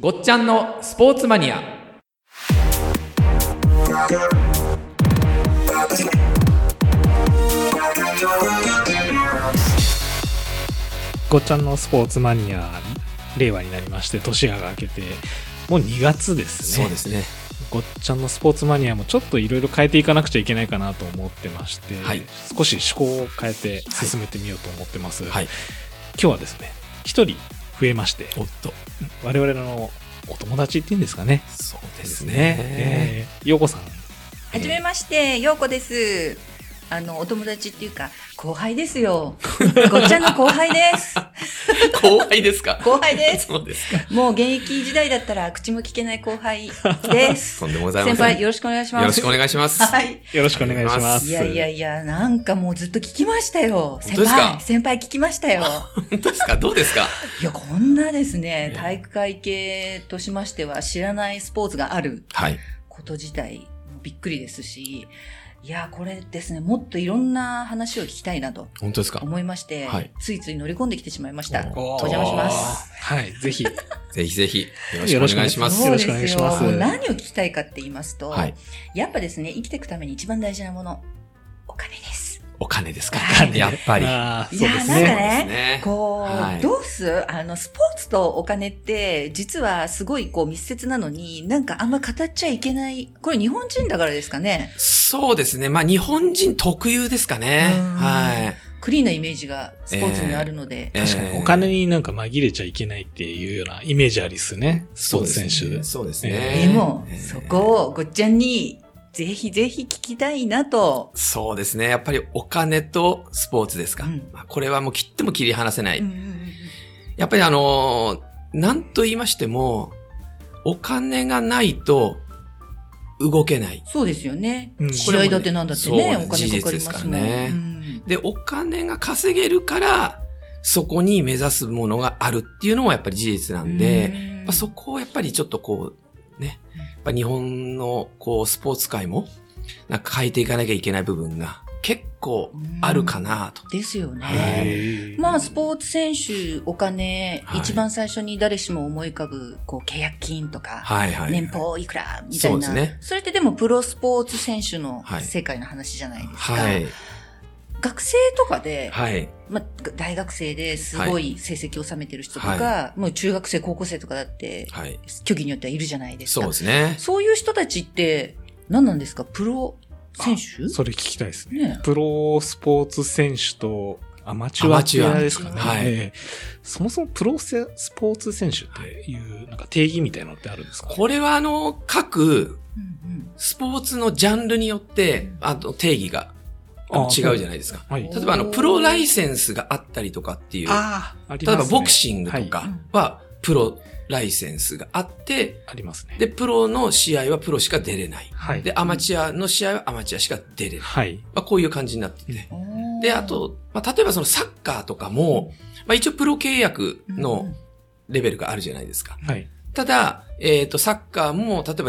ごっちゃんのスポーツマニア。 ごっちゃんのスポーツマニア、令和になりまして年が明けてもう2月ですね。 そうですね。 ごっちゃんのスポーツマニアもちょっといろいろ変えていかなくちゃいけないかなと思ってまして、 はい、 少し趣向を変えて進めてみようと思ってます、 はい、 今日はですね一人増えまして、 おっと我々のお友達っていうんですかね。 そうですね。 ようこさん。 はじめまして、ようこです。お友達っていうか後輩ですよ。ごっちゃんの後輩です。 後輩ですか？ 後輩です。 そうですか。 もう現役時代だったら口も聞けない後輩です。 とんでもございません。 先輩よろしくお願いします。 よろしくお願いします。 はい。 よろしくお願いします。 いや、なんかもうずっと聞きましたよ。 本当ですか？ 先輩聞きましたよ。 本当ですか？どうですか？ いや、こんなですね、体育会系としましては知らないスポーツがあること自体びっくりですし、いや、これですね、もっといろんな話を聞きたいなと思いまして、ついつい乗り込んできてしまいました。お邪魔します。 はい、ぜひ。 ぜひぜひ、よろしくお願いします。 そうですよ。ろしくお願いします。何を聞きたいかって言いますと、やっぱですね、生きていくために一番大事なもの、お金です。 お金ですか？やっぱり。 そうですね。 なんかね、こう、どうすスポーツとお金って、実はすごいこう密接なのに、なんかあんま語っちゃいけない。これ日本人だからですかね？ そうですね。まあ日本人特有ですかね。はい。 クリーンなイメージがスポーツにあるので。 確かにお金になんか紛れちゃいけないっていうようなイメージありですね。スポーツ選手で。 そうですね。 でも、そこをごっちゃんに、ぜひぜひ聞きたいなと。 そうですね。やっぱりお金とスポーツですか。これはもう切っても切り離せない。やっぱり何と言いましても、お金がないと動けない。 そうですよね。試合だってなんだってね、お金かかりますもんね。 で、お金が稼げるから、そこに目指すものがあるっていうのもやっぱり事実なんで、そこをやっぱりちょっとこう、ね、やっぱ日本のこうスポーツ界もなんか変えていかなきゃいけない部分が結構あるかなと。 ですよね。まあスポーツ選手お金、一番最初に誰しも思い浮かぶこう契約金とか、年俸いくらみたいな。そうですね。それってでもプロスポーツ選手の世界の話じゃないですか。学生とかで、まあ、大学生ですごい成績を収めてる人とか、もう中学生、高校生とかだって、競技によってはいるじゃないですか。 そうですね。 そういう人たちって、何なんですか？プロ選手？ それ聞きたいですね。プロスポーツ選手とアマチュアですかね。そもそもプロスポーツ選手っていうなんか定義みたいなのってあるんですか？ これは各スポーツのジャンルによって定義が違うじゃないですか。例えばプロライセンスがあったりとかっていう。例えばボクシングとかはプロライセンスがあって、 ありますね。 で、プロの試合はプロしか出れない。で、アマチュアの試合はアマチュアしか出れない。こういう感じになってて。で、あと、例えばそのサッカーとかも、一応プロ契約のレベルがあるじゃないですか。ただ、サッカーも、例えば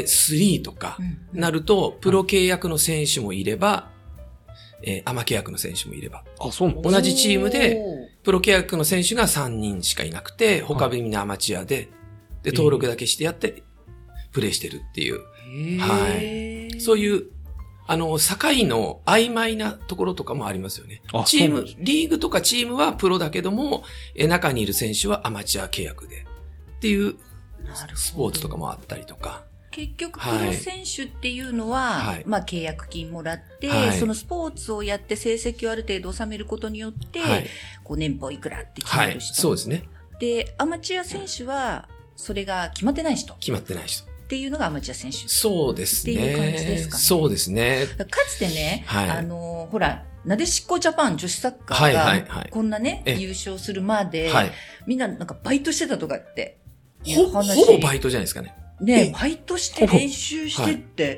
J3 とかなると、プロ契約の選手もいれば、アマ契約の選手もいれば。同じチームで、プロ契約の選手が3人しかいなくて、他みんなアマチュアで、登録だけしてやって、プレイしてるっていう。そういう、境の曖昧なところとかもありますよね。チーム、リーグとかチームはプロだけども、中にいる選手はアマチュア契約で。っていう、スポーツとかもあったりとか。 結局、プロ選手っていうのは、まあ、契約金もらって、そのスポーツをやって成績をある程度収めることによって、こう、年俸いくらって決める人。 そうですね。 で、アマチュア選手は、それが決まってない人。 決まってない人。 っていうのがアマチュア選手。 そうですね。 っていう感じですかね。 そうですね。 かつてね、ほら、なでしこジャパン女子サッカーが、こんなね、優勝するまで、みんななんかバイトしてたとかって、 ほぼバイトじゃないですかね。 ね、バイトして練習してって、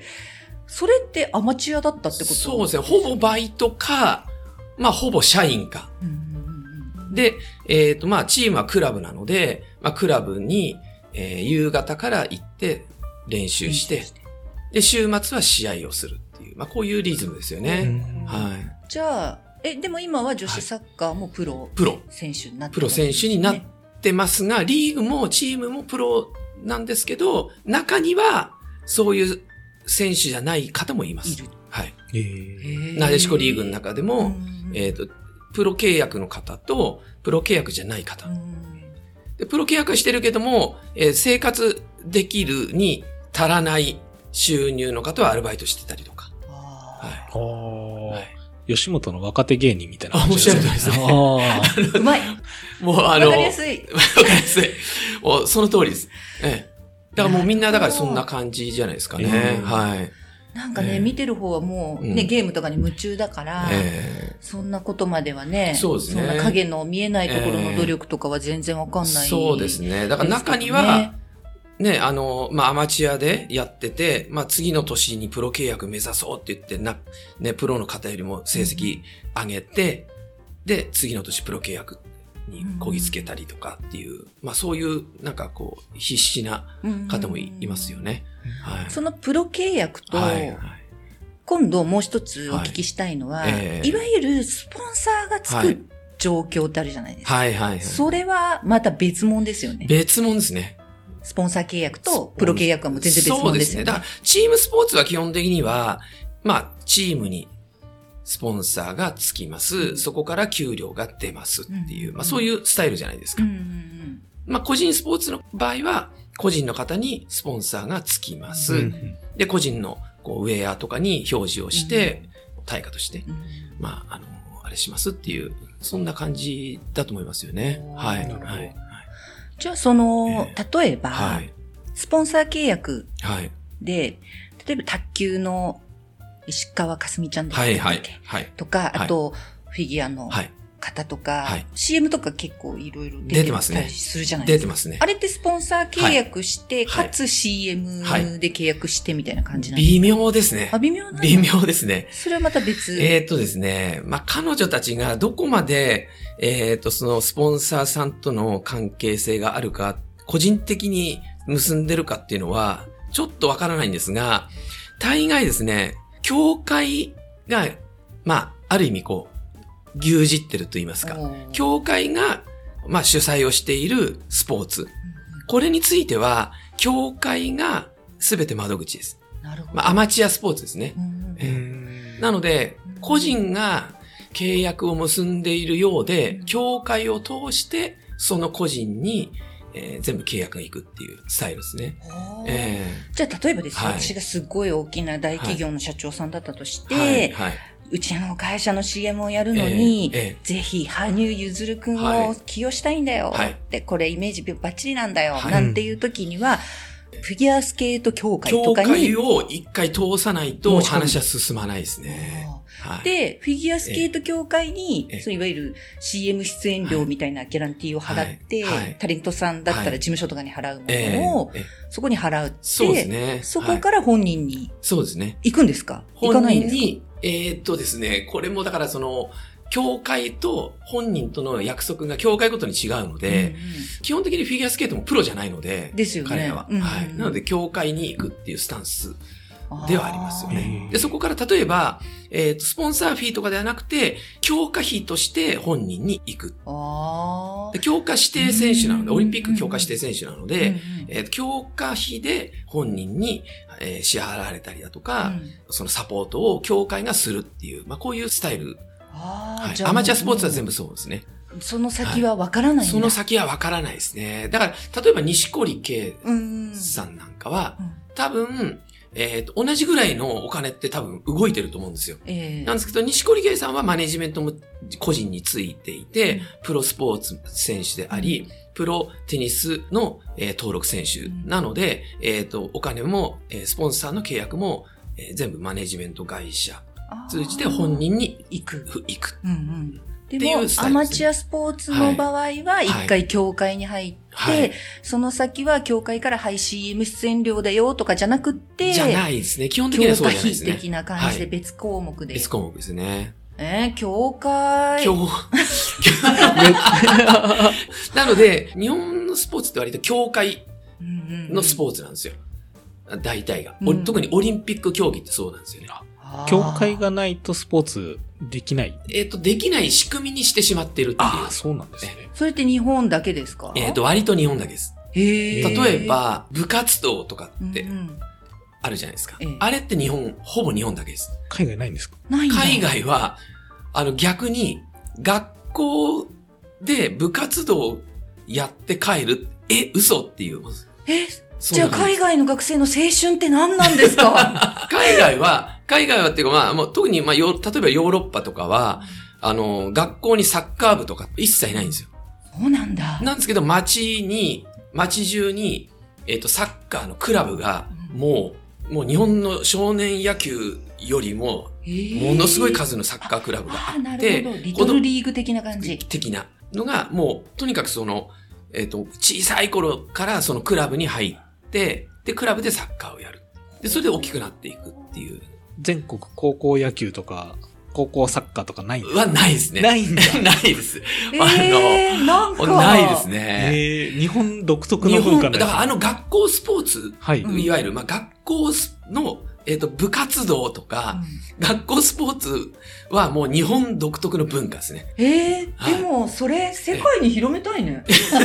それってアマチュアだったってこと？ そうですね。ほぼバイトか、まあほぼ社員か。で、まあチームはクラブなので、まあクラブに、夕方から行って練習して、で、週末は試合をするっていう、まあこういうリズムですよね。 じゃあ、でも今は女子サッカーもプロ選手になってプロ選手になっってますが、リーグもチームもプロなんですけど、中にはそういう選手じゃない方もいます。 いる。 はい。なでしこリーグの中でも、プロ契約の方と、プロ契約じゃない方。でプロ契約してるけども、生活できるに足らない収入の方はアルバイトしてたりとか。 はい。吉本の若手芸人みたいな感じですね。 うまい。 もうわかりやすい。わかりやすい。もうその通りです。だからもうみんなだからそんな感じじゃないですかね。はい。 なんかね、見てる方はもうね、ゲームとかに夢中だから、そんなことまではね、 そうですね。 そんな影の見えないところの努力とかは全然わかんない、 そうですね。だから中には、ね、アマチュアでやってて、次の年にプロ契約目指そうって言ってね、プロの方よりも成績上げて、で、次の年プロ契約にこぎつけたりとかっていう、そういう、なんかこう、必死な方もいますよね。はい。 そのプロ契約と、今度もう一つお聞きしたいのは、いわゆるスポンサーがつく状況ってあるじゃないですか。はいはいはい。それはまた別物ですよね。 別物ですね。 スポンサー契約とプロ契約はもう全然別物ですよね。 そうですね。だから、チームスポーツは基本的には、チームにスポンサーがつきます。そこから給料が出ますっていう、そういうスタイルじゃないですか。個人スポーツの場合は、個人の方にスポンサーがつきます。で、個人のこうウェアとかに表示をして、対価として、あれしますっていう、そんな感じだと思いますよね。はい。はい。 じゃあ、例えば、スポンサー契約で、例えば卓球の石川佳純ちゃんだったっけとか、あと、フィギュアの方とか、CM とか結構いろいろ出てたりするじゃないですか。 出てますね。 あれってスポンサー契約して、かつ CM で契約してみたいな感じなんですか？ 微妙ですね。 微妙なんだ。 微妙ですね。 それはまた別。 ですね。彼女たちがどこまで、そのスポンサーさんとの関係性があるか、個人的に結んでるかっていうのは、ちょっとわからないんですが、大概ですね、協会が、ある意味こう、牛耳ってると言いますか、協会が、主催をしているスポーツ。これについては、協会が全て窓口です。 なるほど。 アマチュアスポーツですね。なので、個人が契約を結んでいるようで、協会を通して、その個人に、全部契約がいくっていうスタイルですね。 じゃあ、例えばですね、私がすごい大きな大企業の社長さんだったとして、うちの会社の CM をやるのに、ぜひ、羽生結弦くんを起用したいんだよ。で、これイメージバッチリなんだよ。なんていう時には、フィギュアスケート協会とかに。 協会を一回通さないと話は進まないですね。 で、フィギュアスケート協会に、いわゆる CM 出演料みたいなギャランティーを払って、タレントさんだったら事務所とかに払うものを、そこに払って、 そうですね。 そこから本人に。 そうですね。 行くんですか？行かないんですか？ 本人に、ですね、これもだから協会と本人との約束が協会ごとに違うので、基本的にフィギュアスケートもプロじゃないので、 ですよね。 彼らは。はい。なので、協会に行くっていうスタンスではありますよね。で、そこから例えば、スポンサーフィーとかではなくて、強化費として本人に行く。で強化指定選手なので、オリンピック強化指定選手なので、強化費で本人に、支払われたりだとか、そのサポートを協会がするっていう、こういうスタイル。アマチュアスポーツは全部そうですね。 その先はわからないんだ。 その先はわからないですね。だから、例えば西堀圭さんなんかは、多分、同じぐらいのお金って多分動いてると思うんですよ。なんですけど、西堀圭さんはマネジメントも個人についていて、プロスポーツ選手であり、プロテニスの、登録選手なので、お金も、スポンサーの契約も、全部マネジメント会社通じて本人に行く。 でも、アマチュアスポーツの場合は、一回協会に入って、その先は協会から、CM 出演料だよとかじゃなくって、 じゃないですね。基本的にはそうじゃないですね。 協会的な感じで別項目で。 別項目ですね。 協会。 なので、日本のスポーツって割と協会のスポーツなんですよ。大体が。特にオリンピック競技ってそうなんですよね。 協会がないとスポーツできない。 できない仕組みにしてしまってるっていう。 ああ、そうなんですね。 それって日本だけですか？ 割と日本だけです。 例えば、部活動とかって、あるじゃないですか。あれってほぼ日本だけです。 海外ないんですか？ ないんだ。 海外は、逆に、学校で部活動やって帰る。嘘っていう。 じゃあ海外の学生の青春って何なんですか？ 海外はっていうか、もう特に、例えばヨーロッパとかは、学校にサッカー部とか一切ないんですよ。 そうなんだ。 なんですけど、街中に、サッカーのクラブが、もう日本の少年野球よりも、ものすごい数のサッカークラブがあって、 なるほど。リトルリーグ的な感じ。 的なのが、もう、とにかく小さい頃からそのクラブに入って、で、クラブでサッカーをやる。で、それで大きくなっていくっていう。 全国高校野球とか、高校サッカーとかないんですか？ はないですね。 ないんだ。 ないです。 なんか。 ないですね。 日本独特の文化なんですね。 だから学校スポーツ、いわゆる、学校の、部活動とか、学校スポーツはもう日本独特の文化ですね。 でも、それ、世界に広めたいね。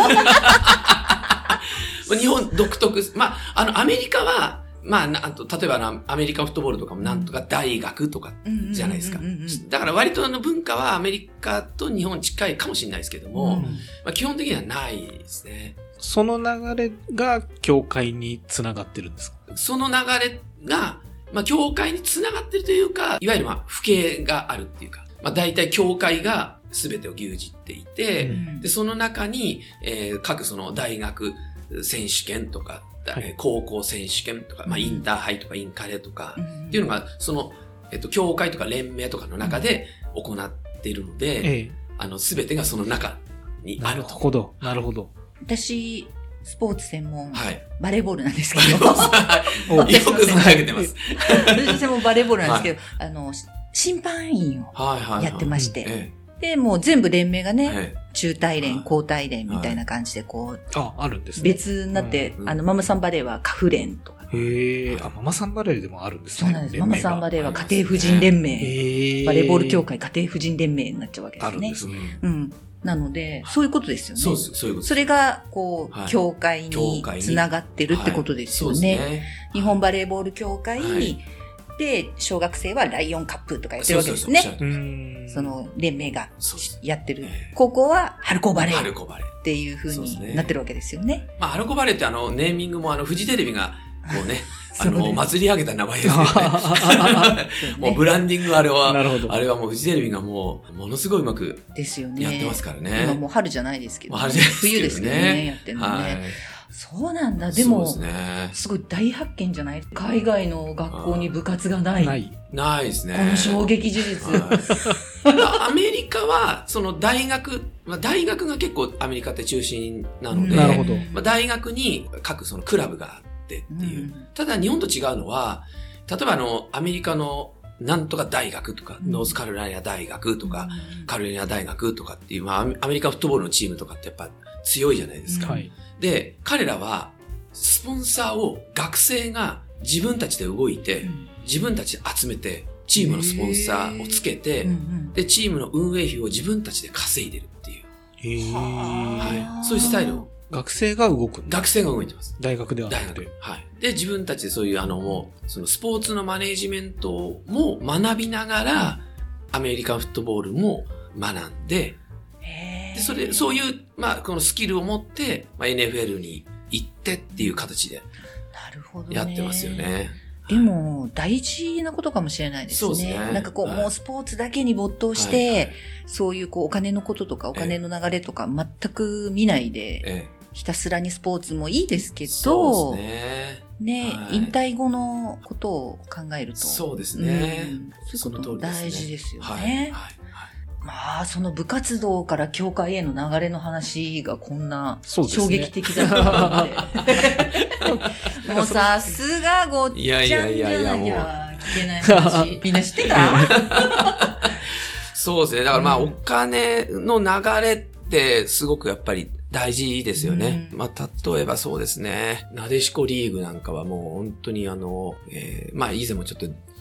日本独特、アメリカは、例えばアメリカフットボールとかもなんとか大学とかじゃないですか。だから割と文化はアメリカと日本近いかもしれないですけども、基本的にはないですね。 その流れが教会につながってるんですか？ その流れが、教会につながってるというか、いわゆる父系があるっていうか、大体教会が全てを牛耳っていて、で、その中に、各その大学選手権とか、高校選手権とか、インターハイとかインカレとか、っていうのが、教会とか連盟とかの中で行っているので、すべてがその中にあると。 なるほど。 私、スポーツ専門、バレーボールなんですけど。 よく存じ上げてます。 私専門バレーボールなんですけど、審判員をやってまして、で、もう全部連盟がね、中大連、高大連みたいな感じであるんですね。 別になって、ママさんバレーはカフ連とか。 ママさんバレーでもあるんですね。 そうなんです。ママさんバレーは家庭婦人連盟。バレーボール協会家庭婦人連盟になっちゃうわけですね。 あるんですね。 なので、そういうことですよね。 そういうこと。 それが、協会につながってるってことですよね。日本バレーボール協会で、小学生はライオンカップとかやってるわけですね。その連盟がやってる。高校は春高バレーっていう風になってるわけですよね。 春高バレーってネーミングもフジテレビがこうね、祭り上げた名前ですよね。もうブランディングあれはもうフジテレビがものすごいうまくやってますからね。 今もう春じゃないですけど、冬ですけどね、やってるのね。そうなんだ。でも、すごい大発見じゃない？海外の学校に部活がない。 ないですね。 この衝撃事実。 アメリカは、その大学が結構アメリカって中心なので、 なるほど。 大学に各そのクラブがあってっていう。ただ日本と違うのは、例えばアメリカのなんとか大学とか、ノースカロライナ大学とか、カロライナ大学とかっていう、アメリカフットボールのチームとかってやっぱ強いじゃないですか。で、彼らは、スポンサーを学生が自分たちで動いて、自分たちで集めて、チームのスポンサーをつけて、で、チームの運営費を自分たちで稼いでるっていう。そういうスタイルを。 学生が動く。 学生が動いてます。 大学ではなくて。 で、自分たちでそういうもう、そのスポーツのマネージメントも学びながら、アメリカンフットボールも学んで、で、そういう、このスキルを持って、NFL に行ってっていう形で、やってますよね。 でも、大事なことかもしれないですね。そうですね。なんかもうスポーツだけに没頭して、そういうお金のこととかお金の流れとか全く見ないで、ひたすらにスポーツもいいですけど、 そうですね。 引退後のことを考えると。 そうですね。 そういうこと大事ですよね。その部活動から協会への流れの話がこんな衝撃的だったので。もうさすがごっちゃんじゃなきゃ聞けない話。みんな知ってた？ そうですね。だからお金の流れってすごくやっぱり大事ですよね。例えばそうですね。なでしこリーグなんかはもう本当に以前もちょっと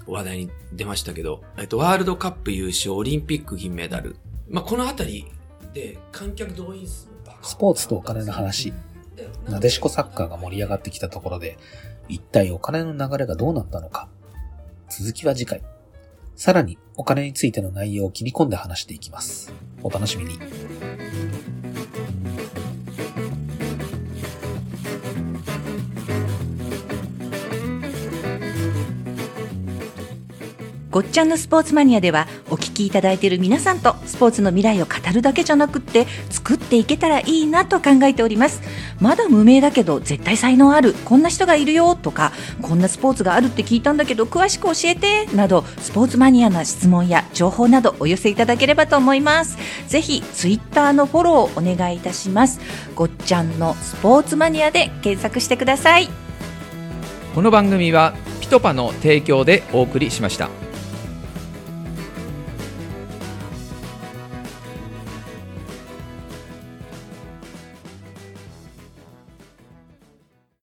話題に出ましたけど、ワールドカップ優勝、オリンピック銀メダル。このあたりで観客動員数スポーツとお金の話。なでしこサッカーが盛り上がってきたところで、一体お金の流れがどうなったのか。続きは次回。さらにお金についての内容を切り込んで話していきます。お楽しみに。 ごっちゃんのスポーツマニアではお聞きいただいている皆さんとスポーツの未来を語るだけじゃなくって作っていけたらいいなと考えております。まだ無名だけど絶対才能ある、こんな人がいるよとか、こんなスポーツがあるって聞いたんだけど詳しく教えてなど、スポーツマニアな質問や情報などお寄せいただければと思います。ぜひツイッターのフォローをお願いいたします。ごっちゃんのスポーツマニアで検索してください。 この番組はピトパの提供でお送りしました。